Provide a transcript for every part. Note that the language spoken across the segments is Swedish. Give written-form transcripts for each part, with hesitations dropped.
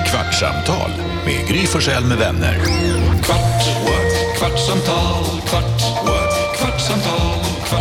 Kvartsamtal med Gry Forssell med vänner. Kvartsamtal, kvartsamtal,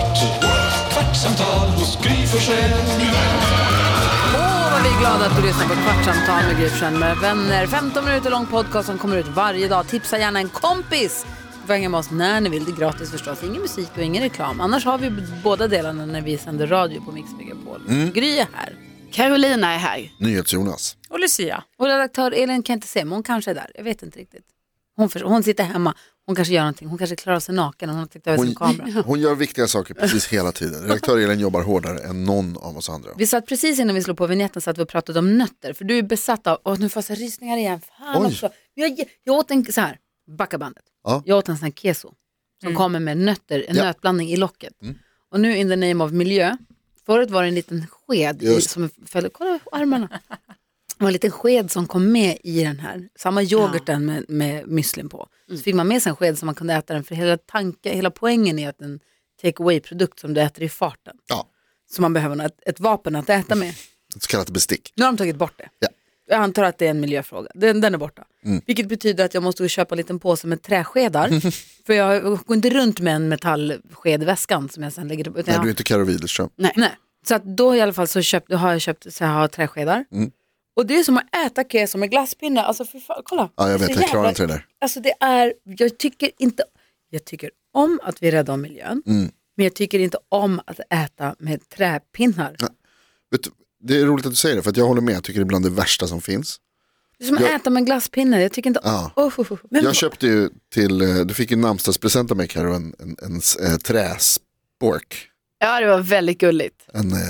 kvartsamtal hos Gry Forssell med vänner. Vad vi är glada att du lyssnar på Kvartsamtal med Gry Forssell med vänner. 15 minuter lång podcast som kommer ut varje dag. Tipsa gärna en kompis. Du får hänga med oss när ni vill. Det är gratis förstås. Ingen musik och ingen reklam. Annars har vi båda delarna när vi sänder radio på Mix Megapol. Gry är här. Carolina är här. NyhetsJonas. Och Lucia. Och redaktör Elin kan inte se, men hon kanske är där. Jag vet inte riktigt. Hon sitter hemma. Hon kanske gör någonting. Hon kanske klarar sig naken. Hon har täckt över sin kamera. Hon gör viktiga saker precis hela tiden. Redaktör Elin jobbar hårdare än någon av oss andra. Vi satt precis innan vi slog på vignetten så att vi pratade om nötter. För du är besatt av, och nu får jag rysningar igen. Fan också. Jag åt en, så här, backa bandet. Ja. Jag åt en sån här keso. Som kommer med nötter, en nötblandning i locket. Och nu in the name of miljö. Förut var det en liten sked som följde, kolla armarna. Det var en liten sked som kom med i den här. Samma yoghurten med müslin på. Så fick man med sig en sked som man kunde äta den. För hela poängen är att en take away-produkt som du äter i farten. Ja. Så man behöver ett vapen att äta med. Ett så kallat bestick. Nu har de tagit bort det. Ja. Jag antar att det är en miljöfråga. Den är borta. Vilket betyder att jag måste köpa en liten påse med träskedar. För jag går inte runt med en metallsked i väskan som jag sen lägger upp. Nej, du är inte Karo Widerström. Nej. Så att då i alla fall har jag köpt så jag har träskedar. Och det är som att äta keso med glasspinne. Alltså för fan, kolla. Ja, jag vet, jag klarar inte det där. Alltså jag tycker om att vi räddar om miljön. Men jag tycker inte om att äta med träpinnar. Ja. Vet du, det är roligt att du säger det, för att jag håller med. Jag tycker det är bland det värsta som finns. Det är som att äta med en glasspinne. Jag tycker inte Jag köpte ju du fick ju namnsdagspresent av mig, Karo, en träspork. Ja, det var väldigt gulligt.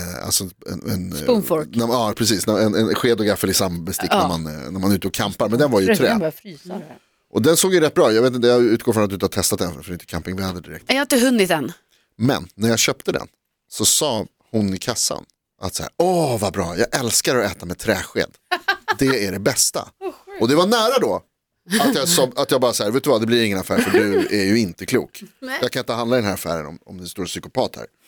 En spoonfork. Ja, precis. En sked och gaffel i samma bestick när man är ute och kampar. Men den var ju trä. Och den såg ju rätt bra. Jag vet inte, jag utgår från att du inte har testat den, för det är inte campingväder direkt. Jag har inte hunnit än. Men när jag köpte den så sa hon i kassan att så här, vad bra, jag älskar att äta med träsked. Det är det bästa. Och det var nära då att jag bara så här, vet du vad, det blir ingen affär för du är ju inte klok. Jag kan inte handla i den här affären om det står psykopat här.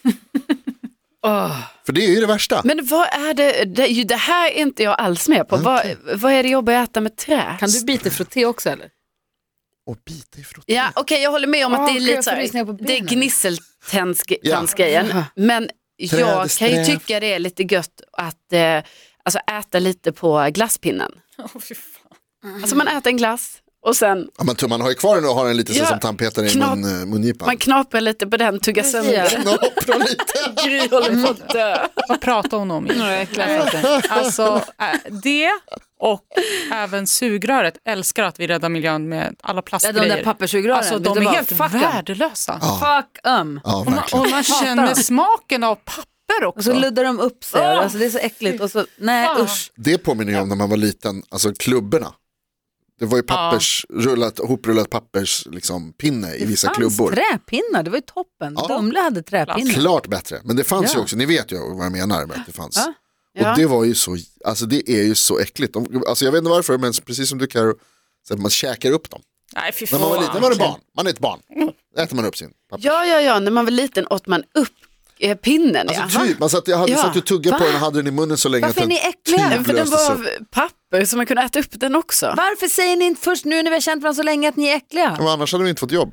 För det är ju det värsta. Men vad är det här är inte jag alls med på. Vad är det jobb att äta med trä? Kan du bita frotté också eller? Och bita i frotté? Ja, okej, jag håller med om att det är lite så här, det är gnisseltandsgrejen. Men jag kan ju tycka det är lite gött att äta lite på glasspinnen. Alltså man äter en glass och sen... Ja, man har ju kvar den och har den lite så som tandpetare i mungipan. Man knaprar lite på den, tuggar sönder. Knaprar lite. Gry håller på att dö. Vad pratar hon om? Alltså det och även sugröret älskar att vi räddar miljön med alla plastgrejer. De där papperssugrören. Alltså de är helt värdelösa. Fuck och man känner smaken av papper också. Och så luddar de upp sig. Alltså det är så äckligt. Och så, usch. Det påminner ju om när man var liten, alltså klubborna. Det var ju hoprullat pappers liksom, pinne i vissa klubbor. Träpinnar, det var ju toppen. Dumle hade träpinnar. Klart bättre, men det fanns ju också, ni vet ju vad jag menar med att det fanns. Och det var ju så, alltså det är ju så äckligt. Alltså jag vet inte varför, men precis som du kan, så att man käkar upp dem. Nej, fy fan. När man var liten var det barn, man är ett barn. Då äter man upp sin papper. Ja, när man var liten åt man upp pinnen. Alltså typ, man satt och tuggade på den och hade den i munnen så länge. Varför är ni äckliga? För den var papper så man kunde äta upp den också. Varför säger ni inte först nu när vi har känt varandra så länge att ni är äckliga? Men annars hade vi inte fått jobb.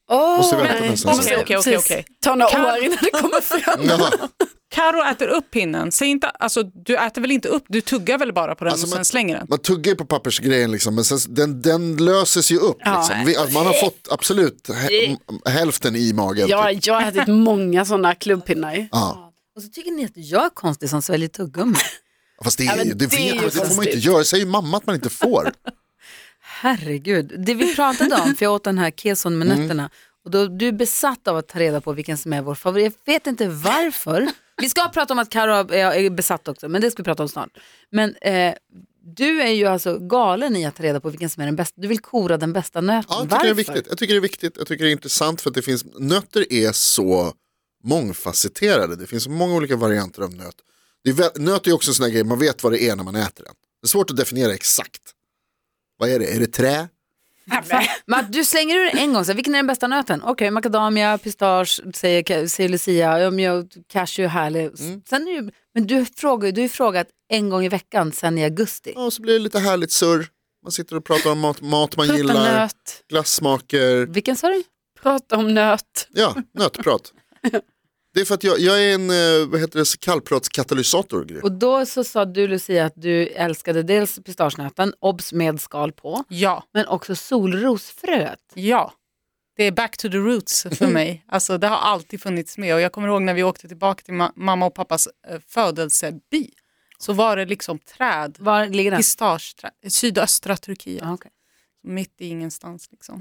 Okej. Ta några år innan det kommer fram. Karo äter upp pinnen. Säg inte, alltså, du äter väl inte upp, du tuggar väl bara på den och sen slänger den. Man tuggar ju på pappersgrejen liksom, men sen, den löses ju upp. Liksom. Man har fått absolut hälften i magen. Ja, jag har ätit många sådana klubbpinnar. Och så tycker ni att jag är konstig som sväljer tuggummi. Fast det får man inte göra. Säger mamma att man inte får. Herregud, det vi pratade om, för jag åt den här keson med nötterna. Och då du är besatt av att ta reda på vilken som är vår favorit. Jag vet inte varför. Vi ska prata om att Karo är besatt också, men det ska vi prata om snart. Men du är ju alltså galen i att ta reda på vilken som är den bästa. Du vill kora den bästa nöten. Ja, jag tycker det är viktigt. Jag tycker det är viktigt. Jag tycker det är intressant för att det finns, nötter är så mångfacetterade. Det finns så många olika varianter av nöt. Nöt är också en sån här grej, man vet vad det är när man äter den. Det är svårt att definiera exakt. Vad är det? Är det trä? Men du slänger ur en gång, så vilken är den bästa nöten? Okej, macadamia, pistage, säger Lucia, cashew, härlig. Sen är men du har ju frågat en gång i veckan sen i augusti. Ja, och så blir det lite härligt surr. Man sitter och pratar om mat man gillar. Nöt. Glassmaker. Vilken sa du? Prata om nöt. Ja, nötprat. Det är för att jag är en kallpratskatalysator. Och då så sa du, Lucia, att du älskade dels pistagenöten, obs med skal på. Ja. Men också solrosfröet. Ja. Det är back to the roots för mig. Alltså det har alltid funnits med. Och jag kommer ihåg när vi åkte tillbaka till mamma och pappas födelseby. Så var det liksom träd. Var ligger den? Pistageträd. Sydöstra Turkiet. Okay. Mitt i ingenstans liksom.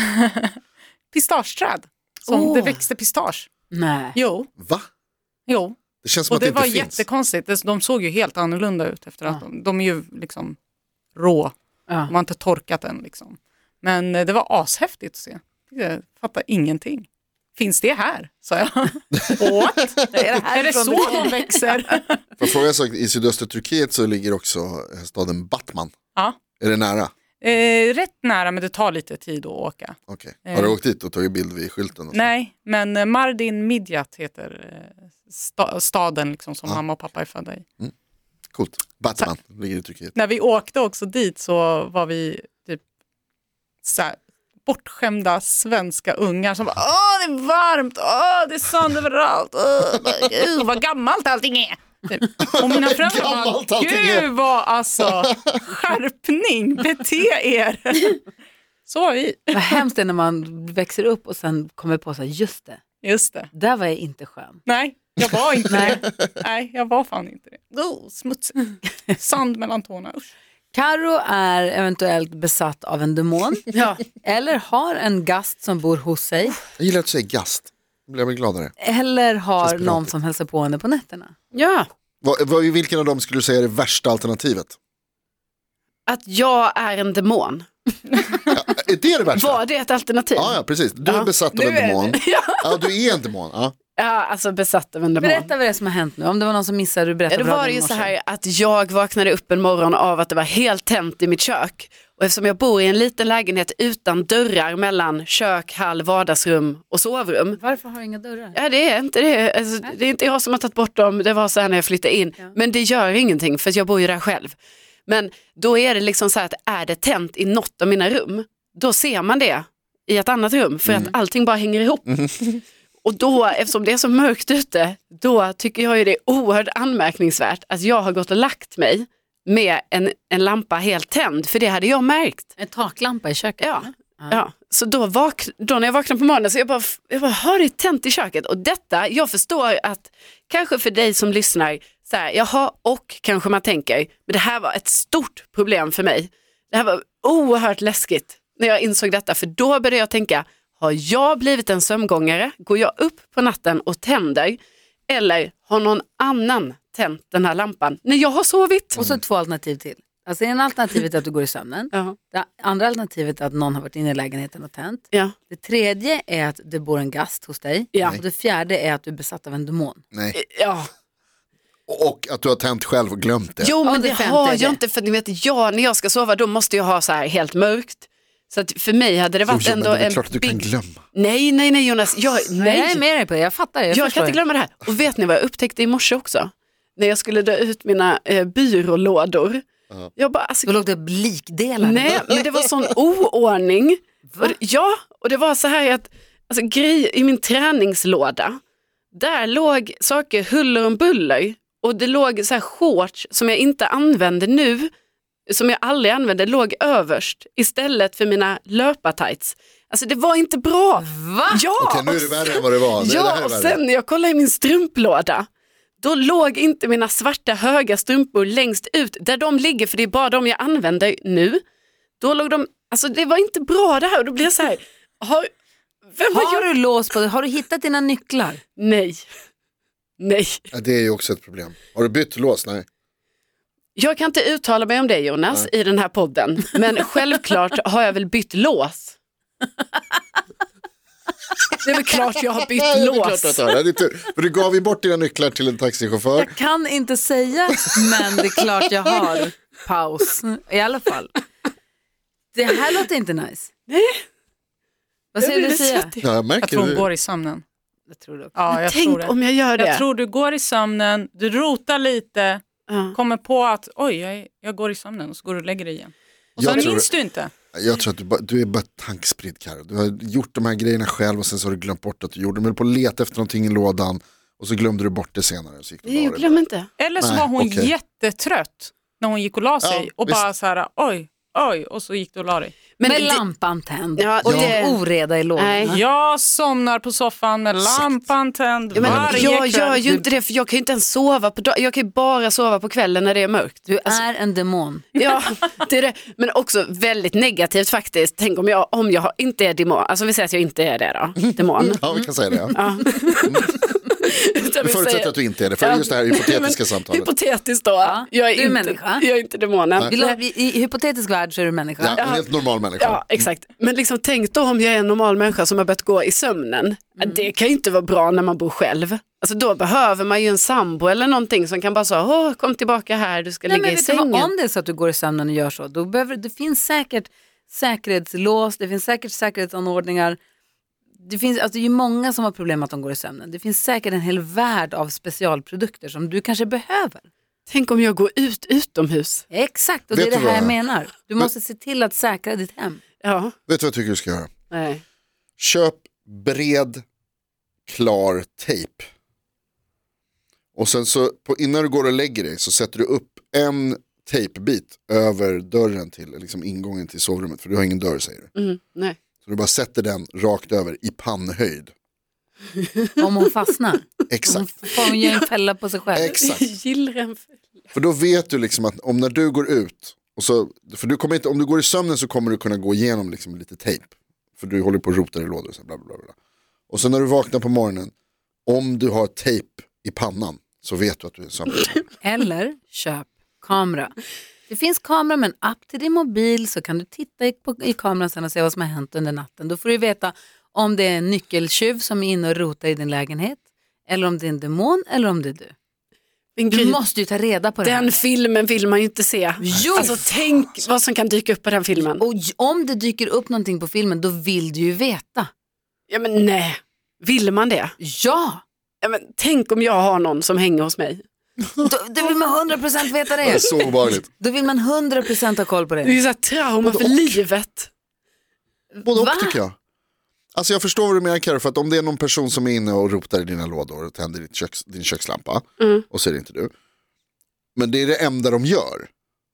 Pistageträd. Som det växte pistage. Nej. Jo. Va? Jo. Det känns som Och att det inte var finns. Jättekonstigt. De såg ju helt annorlunda ut efter att de är ju liksom rå. De har inte torkat än liksom. Men det var ashäftigt att se. Jag fattar ingenting. Finns det här? Sa jag. What? Är det så de växer? Får jag fråga en sak, i sydöstra Turkiet så ligger också staden Batman. Ja. Är det nära? Rätt nära, men det tar lite tid att åka. Okay. Har du åkt dit och tagit bild vid skylten? Nej, men Mardin Midyat heter staden liksom, som mamma och pappa är födda i. Mm. Coolt. Batman ligger i Turkiet. När vi åkte också dit så var vi typ så här, bortskämda svenska ungar som bara, åh det är varmt, åh det är sand överallt, gud vad gammalt allting är. Och mina föräldrar bara, gud vad alltså skärpning, bete er. Så var vi. Vad hemskt det är när man växer upp och sen kommer på så här, just det. Där var jag inte skön. Nej, jag var inte det. Nej, jag var fan inte det. Smutsigt. Sand mellan tårna, usch. Karo är eventuellt besatt av en demon. Eller har en gast som bor hos sig. Jag gillar att säga gast. Då blir jag gladare. Eller har någon som hälsar på henne på nätterna. Ja. Vilken av dem skulle du säga är det värsta alternativet? Att jag är en demon. Är det värsta? Var det ett alternativ? Ja, precis. Du är besatt av en demon. Ja, du är en demon. Ja, alltså besatt av en demon. Berätta vad det är som har hänt nu. Om det var någon som missade, du berättade. Det var det ju så här att jag vaknade upp en morgon av att det var helt tänt i mitt kök. Och eftersom jag bor i en liten lägenhet utan dörrar mellan kök, hall, vardagsrum och sovrum. Varför har du inga dörrar? Ja, det är inte det. Alltså, det är inte jag som har tagit bort dem. Det var så här när jag flyttade in. Ja. Men det gör ingenting för jag bor ju där själv. Men då är det liksom så här att är det tänt i något av mina rum, då ser man det i ett annat rum för att allting bara hänger ihop. Och då, eftersom det är så mörkt ute, då tycker jag ju det är oerhört anmärkningsvärt att jag har gått och lagt mig med en lampa helt tänd, för det hade jag märkt. En taklampa i köket? Ja. Så då när jag vaknade på morgonen så jag bara har det tänt i köket. Och detta, jag förstår att kanske för dig som lyssnar så här, jaha, och kanske man tänker, men det här var ett stort problem för mig. Det här var oerhört läskigt när jag insåg detta, för då började jag tänka, har jag blivit en sömngångare? Går jag upp på natten och tänder? Eller har någon annan tänt den här lampan när jag har sovit? Och så 2 alternativ till. Alltså en alternativet är att du går i sömnen. Det andra alternativet är att någon har varit inne i lägenheten och tänt. Det tredje är att det bor en gast hos dig. Och det fjärde är att du är besatt av en demon. Nej. Ja. Och att du har tänt själv och glömt det. Jo, men det har jag inte, för ni vet, när jag ska sova då måste jag ha så här helt mörkt. Så att för mig hade det varit ändå men det är klart att du kan glömma. Nej Jonas, jag är med dig på det, jag fattar det. Jag kan inte glömma det här. Och vet ni vad jag upptäckte i morse också? När jag skulle dra ut mina byrålådor. Jag bara, alltså, då låg det likdelar. Nej, men det var sån oordning. Och det var så här att alltså, i min träningslåda, där låg saker huller om buller. Och det låg så här shorts som jag inte använde nu, som jag aldrig använde, låg överst istället för mina löpartights. Alltså det var inte bra. Va? Ja, okej, nu är det värre än vad det var. Och sen när jag kollade i min strumplåda, då låg inte mina svarta höga strumpor längst ut där de ligger, för det är bara de jag använder nu. Då låg de, alltså det var inte bra det här, och då blir jag så här, har du lås på det? Har du hittat dina nycklar? Nej. Ja, det är ju också ett problem. Har du bytt lås? Nej. Jag kan inte uttala mig om det, Jonas, i den här podden. Men självklart har jag väl bytt lås. Det är väl klart jag har bytt lås. För du gav ju bort dina nycklar till en taxichaufför. Jag kan inte säga, men det är klart jag har. Paus. I alla fall. Det här låter inte nice. Nej. Vad säger du, Sia? Jag tror hon går i sömnen. Jag tror det också. Ja, Tänk om jag gör det. Jag tror du går i sömnen, du rotar lite kommer på att jag går i sömnen och så går du och lägger dig igen. Och sen minns du inte. Jag tror att du är bara tankspridd, Karo. Du har gjort de här grejerna själv och sen så har du glömt bort att du gjorde. Du höll på att leta efter någonting i lådan och så glömde du bort det senare. Så jag glömmer inte. Eller så var hon jättetrött när hon gick och la sig och bara så här, oj, och så gick du och la dig. Men med lampan tänd och oreda i lådan. Jag somnar på soffan med lampan tänd jag gör ju inte det, för jag kan ju inte ens sova jag kan ju bara sova på kvällen när det är mörkt. Du är en demon. Ja, det är det. Men också väldigt negativt faktiskt. Tänk om jag inte är demon. Alltså vi säger att jag inte är det då. Demon. Ja, vi kan säga det. Vi förutsätter att du inte är det, för just det här hypotetiska samtalet. Hypotetiskt då. Jag är människa. Jag är inte demonen. I hypotetisk värld så är du människa. Ja, en helt normal människa. Ja, exakt. Men liksom tänk då om jag är en normal människa som har börjat gå i sömnen. Det kan ju inte vara bra när man bor själv. Alltså då behöver man ju en sambo eller någonting som kan bara säga, kom tillbaka här, du ska ligga i sängen. Om det är så att du går i sömnen och gör så, då det finns säkert säkerhetslås, det finns säkert säkerhetsanordningar. Det finns alltså ju många som har problem att de går i sömnen. Det finns säkert en hel värld av specialprodukter som du kanske behöver. Tänk om jag går utomhus. Exakt, och det är det här jag menar. Du måste se till att säkra ditt hem. Ja. Vet du vad jag tycker du ska göra? Nej. Köp bred, klar tejp. Och sen så, innan du går och lägger dig så sätter du upp en tejpbit över dörren till liksom ingången till sovrummet. För du har ingen dörr, säger du. Nej. Så du bara sätter den rakt över i pannhöjd. Om hon fastnar. Exakt. Hon gör en fälla på sig själv. Exakt. För då vet du liksom att om när du går ut och så, för du kommer inte, om du går i sömnen så kommer du kunna gå igenom liksom lite tejp. För du håller på att rota i lådor och så bla bla bla. Och så när du vaknar på morgonen, om du har tejp i pannan så vet du att du är sömnig. Eller köp kamera. Det finns kamera med en app till din mobil, så kan du titta i kameran sen och se vad som har hänt under natten. Då får du veta om det är en nyckeltjuv som är inne och rotar i din lägenhet, eller om det är en demon, eller om det är du. Du måste ju ta reda på det här. Den filmen vill man ju inte se. Jo. Alltså tänk vad som kan dyka upp på den filmen. Och om det dyker upp någonting på filmen, då vill du ju veta. Ja men nej, vill man det? Ja men tänk om jag har någon som hänger hos mig. Då vill man 100% veta det. Det är så obehagligt. Då vill man 100% ha koll på det. Det är så här trauma för livet. Både och tycker jag. Alltså jag förstår vad du menar, Karo, för att om det är någon person som är inne och rotar i dina lådor och tänder din kökslampa och så är det inte du. Men det är det enda de gör.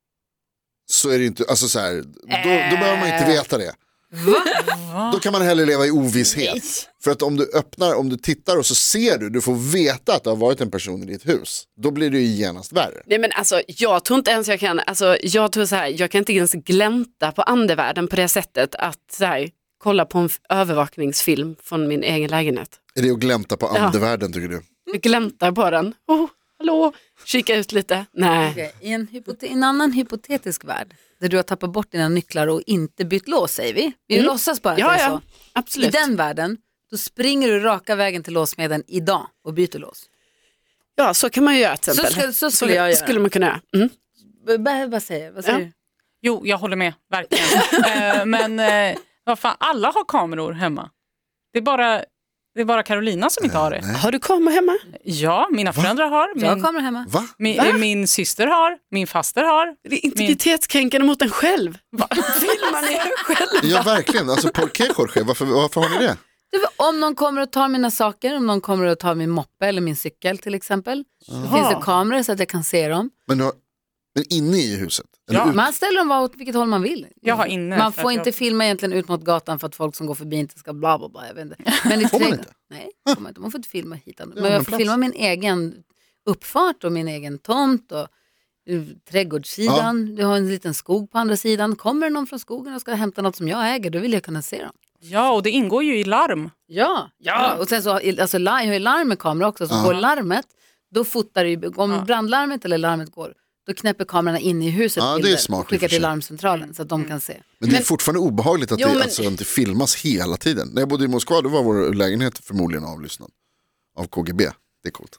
Så är det inte, alltså så här, då behöver man inte veta det. Va? Då kan man hellre leva i ovisshet. För att om du tittar och så ser du får veta att det har varit en person i ditt hus. Då blir det ju genast värre. Nej men alltså jag tror inte ens jag kan, alltså jag tror så här, jag kan inte ens glänta på andevärlden på det sättet att så här, kolla på en övervakningsfilm från min egen lägenhet. Är det att glänta på andevärlden tycker du? Jag gläntar på den. Hallå, kika ut lite. Nej. Okay. I en annan hypotetisk värld där du har tappat bort dina nycklar och inte bytt lås, säger vi. Vi låtsas bara att det är så. Absolut. I den världen, då springer du raka vägen till låsmedlen idag och byter lås. Ja, så kan man ju göra till exempel. Så skulle jag göra. Skulle man kunna göra. Vad säger du? Jo, jag håller med, verkligen. Men vad fan, alla har kameror hemma. Det är bara Carolina som inte har det. Har du kamera hemma? Ja, mina föräldrar har. Jag har kamera hemma. Va? Min syster har. Min faster har. Det är integritetskränkande mot en själv. Filmar ni själv? Ja, verkligen. Alltså, por qué, Jorge? Varför har ni det? Om någon kommer att ta mina saker, om någon kommer att ta min moppe eller min cykel till exempel. Då finns det kameror så att jag kan se dem. Men inne i huset? Ja. Man ställer dem åt vilket håll man vill. Jag har inne. Man får inte filma egentligen ut mot gatan för att folk som går förbi inte ska bla bla bla. Jag vet inte. Men i får man inte? Nej, man får inte filma hit. Men jag får filma min egen uppfart och min egen tomt och trädgårdssidan. Ja. Du har en liten skog på andra sidan. Kommer någon från skogen och ska hämta något som jag äger, då vill jag kunna se dem. Ja, och det ingår ju i larm. Ja. Och sen så alltså, jag har ju larm med kamera också. Så går larmet, då fotar ju, om brandlarmet eller larmet går, då knäpper kamerorna in i huset det är smart, och skickar till larmcentralen så att de kan se. Men det är fortfarande obehagligt att det inte filmas hela tiden. När jag bodde i Moskva, då var vår lägenhet förmodligen avlyssnad av KGB. Det är coolt.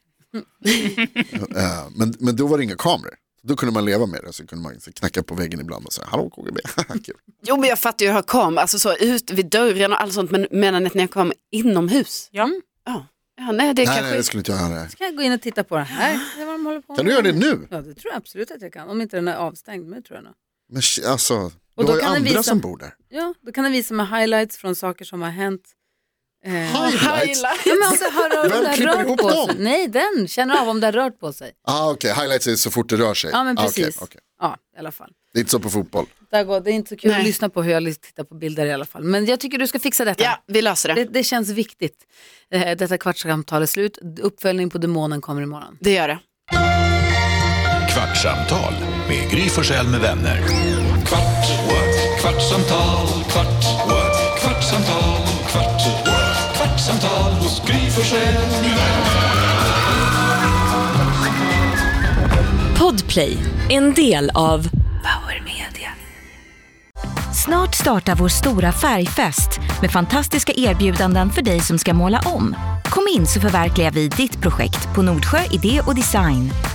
Men då var det inga kameror. Då kunde man leva med det, så kunde man knacka på väggen ibland och säga hallå KGB. Kul. Jo, men jag fattar ju att ha kamera, alltså så ut vid dörren och allt sånt, men menar ni att ni har kamera inomhus? Ja. Ja, nej, det Nej, kanske... nej, det skulle inte jag göra. Ska jag gå in och titta på det här? Det är vad de håller på Kan med. du göra det nu? Ja, det tror jag absolut att jag kan. Om inte den är avstängd, men det tror jag nog. Men alltså, Och du då har ju kan den andra visa- som bor där. Ja, då kan den visa med highlights från saker som har hänt. Highlights? Ja, men om det har Vem klipper rört ihop på dem? sig. Nej, den känner av om det har rört på sig. Okej. Highlights är så fort det rör sig. Ja, men precis. Okej. Ja, i alla fall. Det är inte så på fotboll. Det är inte så kul Nej. att lyssna på hur jag tittar på bilder i alla fall. Men jag tycker du ska fixa detta. Ja, vi löser det. Det känns viktigt. Detta kvartssamtal är slut. Uppföljning på Demonen kommer imorgon. Det gör det. Kvartsamtal med Gry Forssell med vänner. Kvart, what? Kvartsamtal, kvart, what? Kvartsamtal, kvart, what? Kvartsamtal hos Gry Forssell med vänner. Podplay, en del av Power Media. Snart startar vår stora färgfest med fantastiska erbjudanden för dig som ska måla om. Kom in så förverkligar vi ditt projekt på Nordsjö Idé och Design.